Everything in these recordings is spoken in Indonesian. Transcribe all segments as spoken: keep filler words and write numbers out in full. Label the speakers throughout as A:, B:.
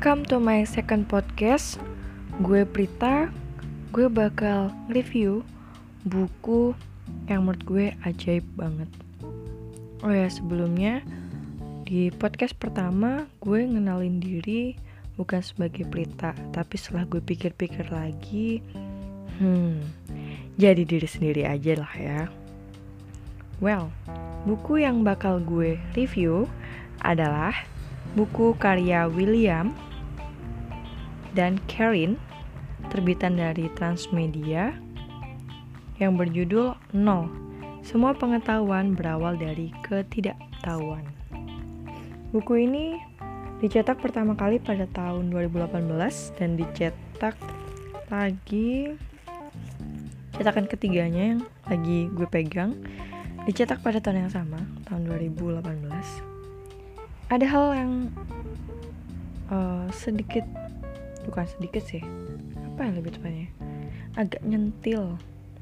A: Welcome to my second podcast. Gue Prita. Gue bakal review buku yang menurut gue ajaib banget. Oh ya, sebelumnya di podcast pertama gue ngenalin diri bukan sebagai Prita, tapi setelah gue pikir-pikir lagi, hmm, jadi diri sendiri aja lah ya. Well, buku yang bakal gue review adalah buku karya William dan Karin, terbitan dari Transmedia, yang berjudul Nol. Semua pengetahuan berawal dari ketidaktahuan. Buku ini dicetak pertama kali pada tahun dua ribu delapan belas dan dicetak lagi, cetakan ketiganya yang lagi gue pegang, dicetak pada tahun yang sama, tahun dua ribu delapan belas. Ada hal yang uh, sedikit, bukan sedikit sih, apa yang lebih tepatnya, agak nyentil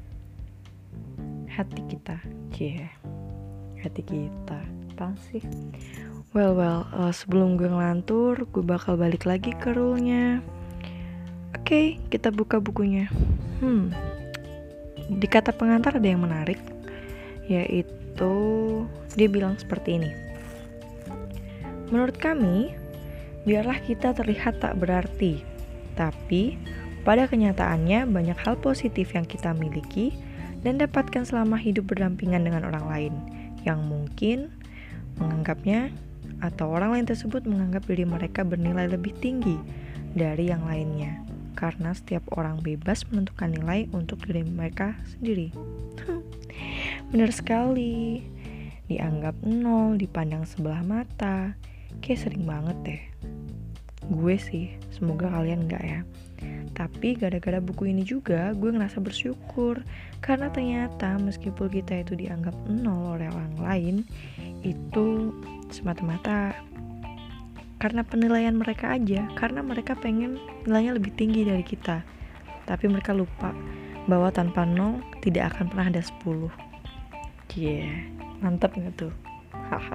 A: hati kita, cie, hati kita, apa sih? Well well, uh, sebelum gue ngelantur, gue bakal balik lagi ke rule-nya. Oke, okay, kita buka bukunya. Hmm, di kata pengantar ada yang menarik, yaitu dia bilang seperti ini. Menurut kami, biarlah kita terlihat tak berarti, tapi pada kenyataannya banyak hal positif yang kita miliki dan dapatkan selama hidup berdampingan dengan orang lain yang mungkin menganggapnya atau orang lain tersebut menganggap diri mereka bernilai lebih tinggi dari yang lainnya, karena setiap orang bebas menentukan nilai untuk diri mereka sendiri. Benar sekali, dianggap nol, dipandang sebelah mata. Kayak sering banget deh. Gue sih, semoga kalian enggak ya. Tapi gara-gara buku ini juga gue ngerasa bersyukur, karena ternyata meskipun kita itu dianggap nol oleh orang lain, itu semata-mata karena penilaian mereka aja, karena mereka pengen nilainya lebih tinggi dari kita. Tapi mereka lupa bahwa tanpa nol tidak akan pernah ada sepuluh. Yeah, mantap gak tuh? Haha.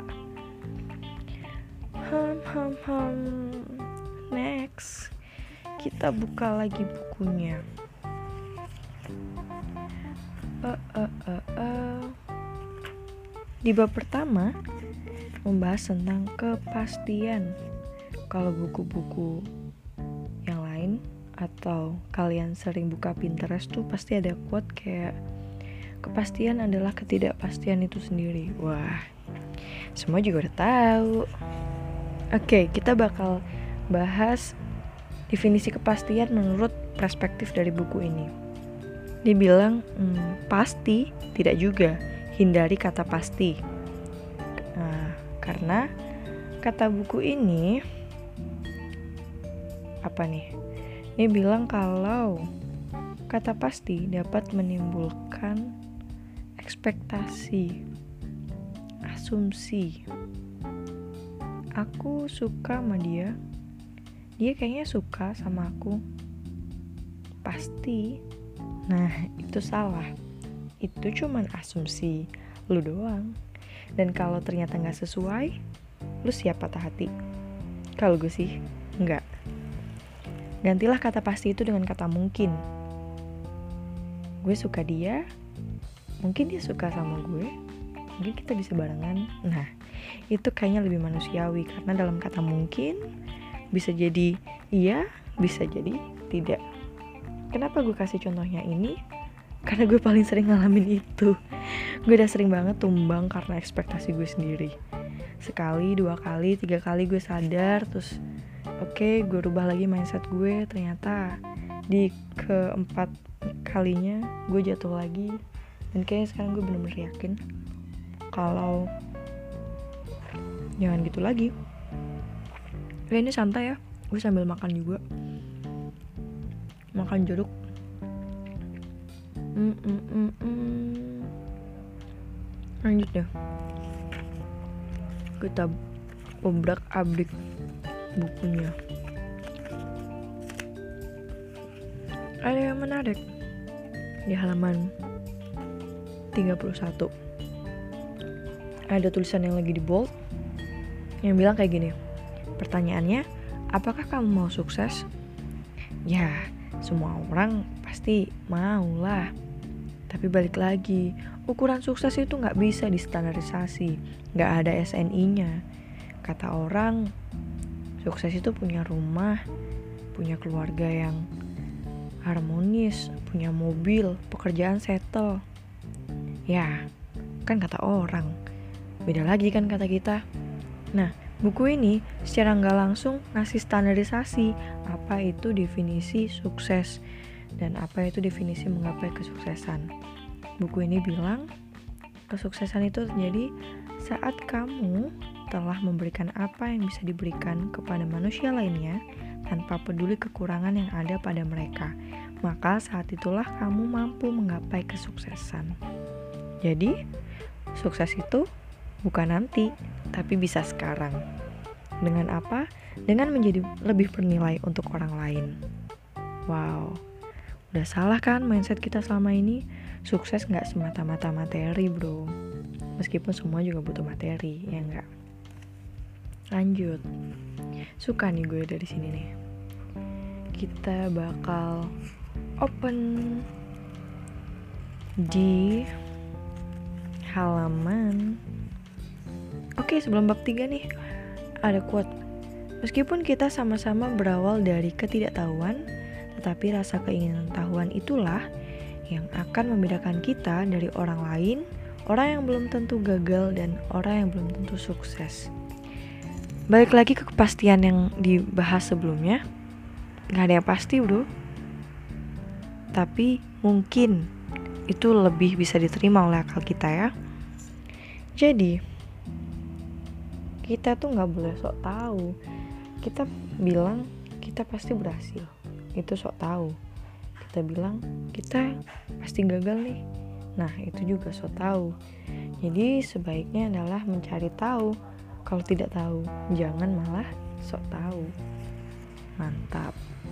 A: Ham ham ham. Next, kita buka lagi bukunya. Uh, uh, uh, uh. Di bab pertama membahas tentang kepastian. Kalau buku-buku yang lain atau kalian sering buka Pinterest tuh pasti ada quote kayak kepastian adalah ketidakpastian itu sendiri. Wah, semua juga udah tahu. Oke, kita bakal bahas definisi kepastian menurut perspektif dari buku ini. Dia bilang, hmm, pasti, tidak juga, hindari kata pasti. Nah, karena kata buku ini, apa nih? Dia bilang kalau kata pasti dapat menimbulkan ekspektasi, asumsi. Aku suka sama dia, dia kayaknya suka sama aku, pasti. Nah, itu salah. Itu cuman asumsi lu doang. Dan kalau ternyata gak sesuai, lu siap patah hati? Kalau gue sih, enggak. Gantilah kata pasti itu dengan kata mungkin. Gue suka dia, mungkin dia suka sama gue, mungkin kita bisa barengan. Nah, itu kayaknya lebih manusiawi, karena dalam kata mungkin bisa jadi iya, bisa jadi tidak. Kenapa gue kasih contohnya ini? Karena gue paling sering ngalamin itu. Gue udah sering banget tumbang karena ekspektasi gue sendiri. Sekali, dua kali, tiga kali gue sadar, terus oke, okay, gue rubah lagi mindset gue. Ternyata di keempat kalinya gue jatuh lagi. Dan kayaknya sekarang gue bener-bener yakin kalau jangan gitu lagi. Ya, ini santai ya, gue sambil makan juga, makan jeruk. mm, mm, mm, mm. Lanjut deh, kita obrak abrik bukunya. Ada yang menarik di halaman tiga puluh satu. Ada tulisan yang lagi di bold yang bilang kayak gini. Pertanyaannya, apakah kamu mau sukses? Ya, semua orang pasti mau lah. Tapi balik lagi, ukuran sukses itu gak bisa distandarisasi, gak ada S N I-nya. Kata orang, sukses itu punya rumah, punya keluarga yang harmonis, punya mobil, pekerjaan settle. Ya, kan kata orang. Beda lagi kan kata kita. Nah, buku ini secara nggak langsung ngasih standarisasi apa itu definisi sukses dan apa itu definisi menggapai kesuksesan. Buku ini bilang kesuksesan itu terjadi saat kamu telah memberikan apa yang bisa diberikan kepada manusia lainnya tanpa peduli kekurangan yang ada pada mereka. Maka saat itulah kamu mampu menggapai kesuksesan. Jadi, sukses itu bukan nanti, tapi bisa sekarang. Dengan apa? Dengan menjadi lebih bernilai untuk orang lain. Wow, udah salah kan mindset kita selama ini? Sukses gak semata-mata materi, bro. Meskipun semua juga butuh materi, ya enggak? Lanjut. Suka nih gue dari sini nih. Kita bakal open di halaman. Oke, sebelum bab tiga nih, ada quote. Meskipun kita sama-sama berawal dari ketidaktahuan, tetapi rasa keinginan tahuan itulah yang akan membedakan kita dari orang lain, orang yang belum tentu gagal, dan orang yang belum tentu sukses. Balik lagi ke kepastian yang dibahas sebelumnya, gak ada yang pasti, bro. Tapi mungkin itu lebih bisa diterima oleh akal kita ya. Jadi kita tuh gak boleh sok tahu. Kita bilang kita pasti berhasil, itu sok tahu. Kita bilang kita pasti gagal nih, nah itu juga sok tahu. Jadi sebaiknya adalah mencari tahu. Kalau tidak tahu, jangan malah sok tahu. Mantap.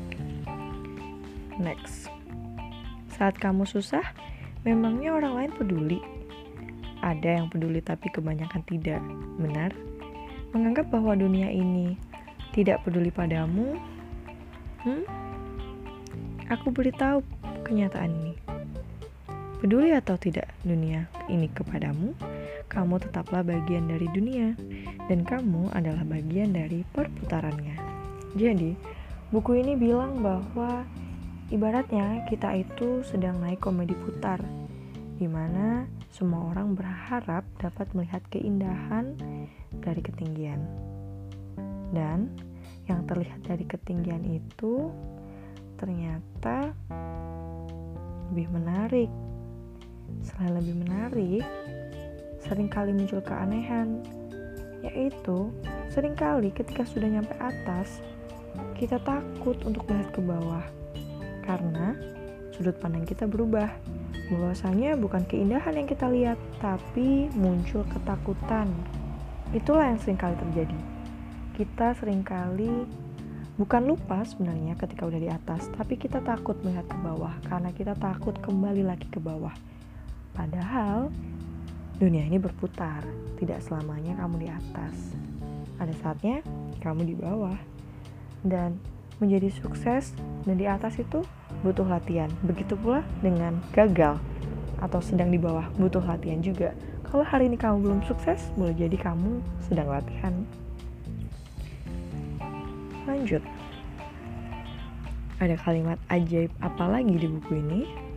A: Next. Saat kamu susah, memangnya orang lain peduli? Ada yang peduli tapi kebanyakan tidak. Benar? Menganggap bahwa dunia ini tidak peduli padamu? Hmm? Aku beritahu kenyataan ini. Peduli atau tidak dunia ini kepadamu, kamu tetaplah bagian dari dunia, dan kamu adalah bagian dari perputarannya. Jadi, buku ini bilang bahwa ibaratnya kita itu sedang naik komedi putar, di mana semua orang berharap dapat melihat keindahan dari ketinggian. Dan yang terlihat dari ketinggian itu ternyata lebih menarik. Selain lebih menarik, seringkali muncul keanehan, yaitu seringkali ketika sudah nyampe atas, kita takut untuk melihat ke bawah karena sudut pandang kita berubah. Bahwasanya bukan keindahan yang kita lihat, tapi muncul ketakutan. Itulah yang seringkali terjadi. Kita seringkali bukan lupa sebenarnya ketika udah di atas, tapi kita takut melihat ke bawah karena kita takut kembali lagi ke bawah. Padahal dunia ini berputar, tidak selamanya kamu di atas. Ada saatnya kamu di bawah. Dan menjadi sukses dan di atas itu butuh latihan. Begitu pula dengan gagal atau sedang di bawah, butuh latihan juga. Kalau hari ini kamu belum sukses, boleh jadi kamu sedang latihan. Lanjut. Ada kalimat ajaib apa lagi di buku ini?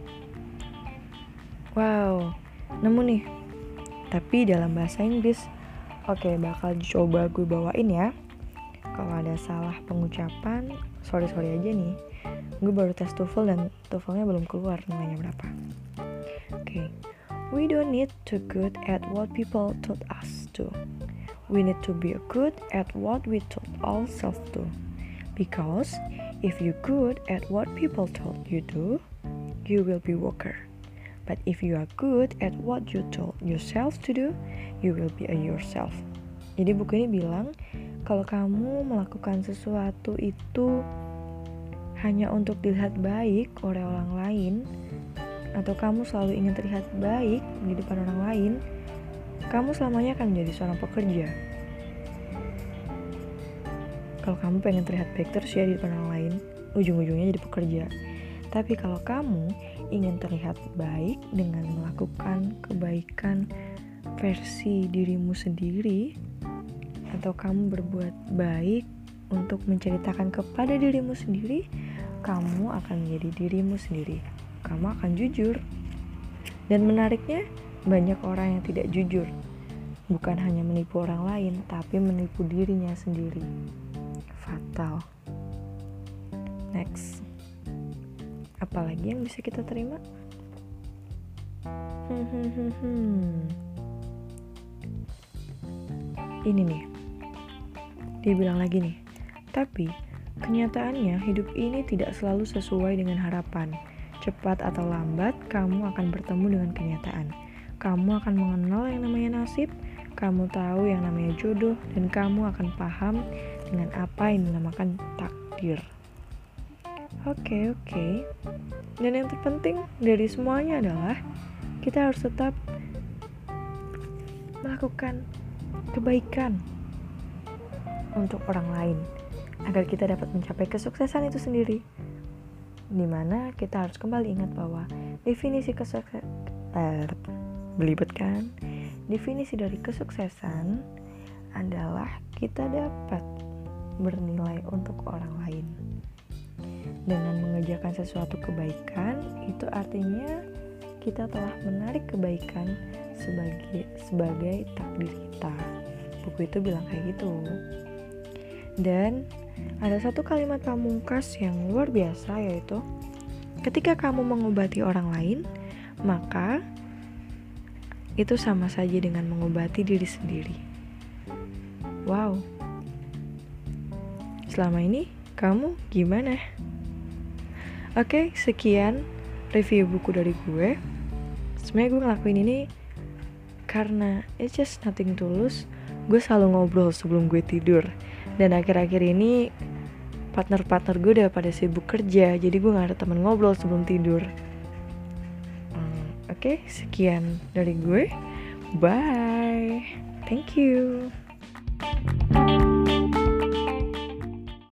A: Wow, nemu nih. Tapi dalam bahasa Inggris. Oke, bakal coba gue bawain ya. Kalau ada salah pengucapan, sorry-sorry aja nih. Gue baru tes TOEFL dan TOEFL-nya belum keluar nilainya berapa. Oke. We don't need to good at what people told us to. We need to be good at what we told ourselves to. Because if you're good at what people told you to, you will be worker. But if you are good at what you told yourself to do, you will be a yourself. Jadi buku ini bilang, kalau kamu melakukan sesuatu itu hanya untuk dilihat baik oleh orang lain, atau kamu selalu ingin terlihat baik di depan orang lain, kamu selamanya akan menjadi seorang pekerja. kalau kamu pengen terlihat baik terus ya di depan orang lain, ujung-ujungnya jadi pekerja. Tapi kalau kamu ingin terlihat baik dengan melakukan kebaikan versi dirimu sendiri, atau kamu berbuat baik untuk menceritakan kepada dirimu sendiri, kamu akan menjadi dirimu sendiri. Kamu akan jujur. Dan menariknya, banyak orang yang tidak jujur. Bukan hanya menipu orang lain, tapi menipu dirinya sendiri. Fatal. Next. Apalagi yang bisa kita terima? Hmm, hmm, hmm, hmm. Ini nih. Dia bilang lagi nih. Tapi, kenyataannya hidup ini tidak selalu sesuai dengan harapan. Cepat atau lambat, kamu akan bertemu dengan kenyataan. Kamu akan mengenal yang namanya nasib, kamu tahu yang namanya jodoh, dan kamu akan paham dengan apa yang dinamakan takdir. Oke, oke. Dan yang terpenting dari semuanya adalah kita harus tetap melakukan kebaikan untuk orang lain agar kita dapat mencapai kesuksesan itu sendiri. Dimana kita harus kembali ingat bahwa definisi kesuksesan eh, belibet kan? Definisi dari kesuksesan adalah kita dapat bernilai untuk orang lain. Dengan mengerjakan sesuatu kebaikan, itu artinya kita telah menarik kebaikan sebagai sebagai takdir kita. Buku itu bilang kayak gitu. Dan ada satu kalimat pamungkas yang luar biasa, yaitu ketika kamu mengobati orang lain, maka itu sama saja dengan mengobati diri sendiri. Wow. Selama ini kamu gimana? Oke, sekian review buku dari gue. Sebenarnya gue ngelakuin ini karena it's just nothing tulus. Gue selalu ngobrol sebelum gue tidur. Dan akhir-akhir ini partner-partner gue udah pada sibuk kerja, jadi gue gak ada teman ngobrol sebelum tidur. hmm, Oke, sekian dari gue. Bye. Thank you.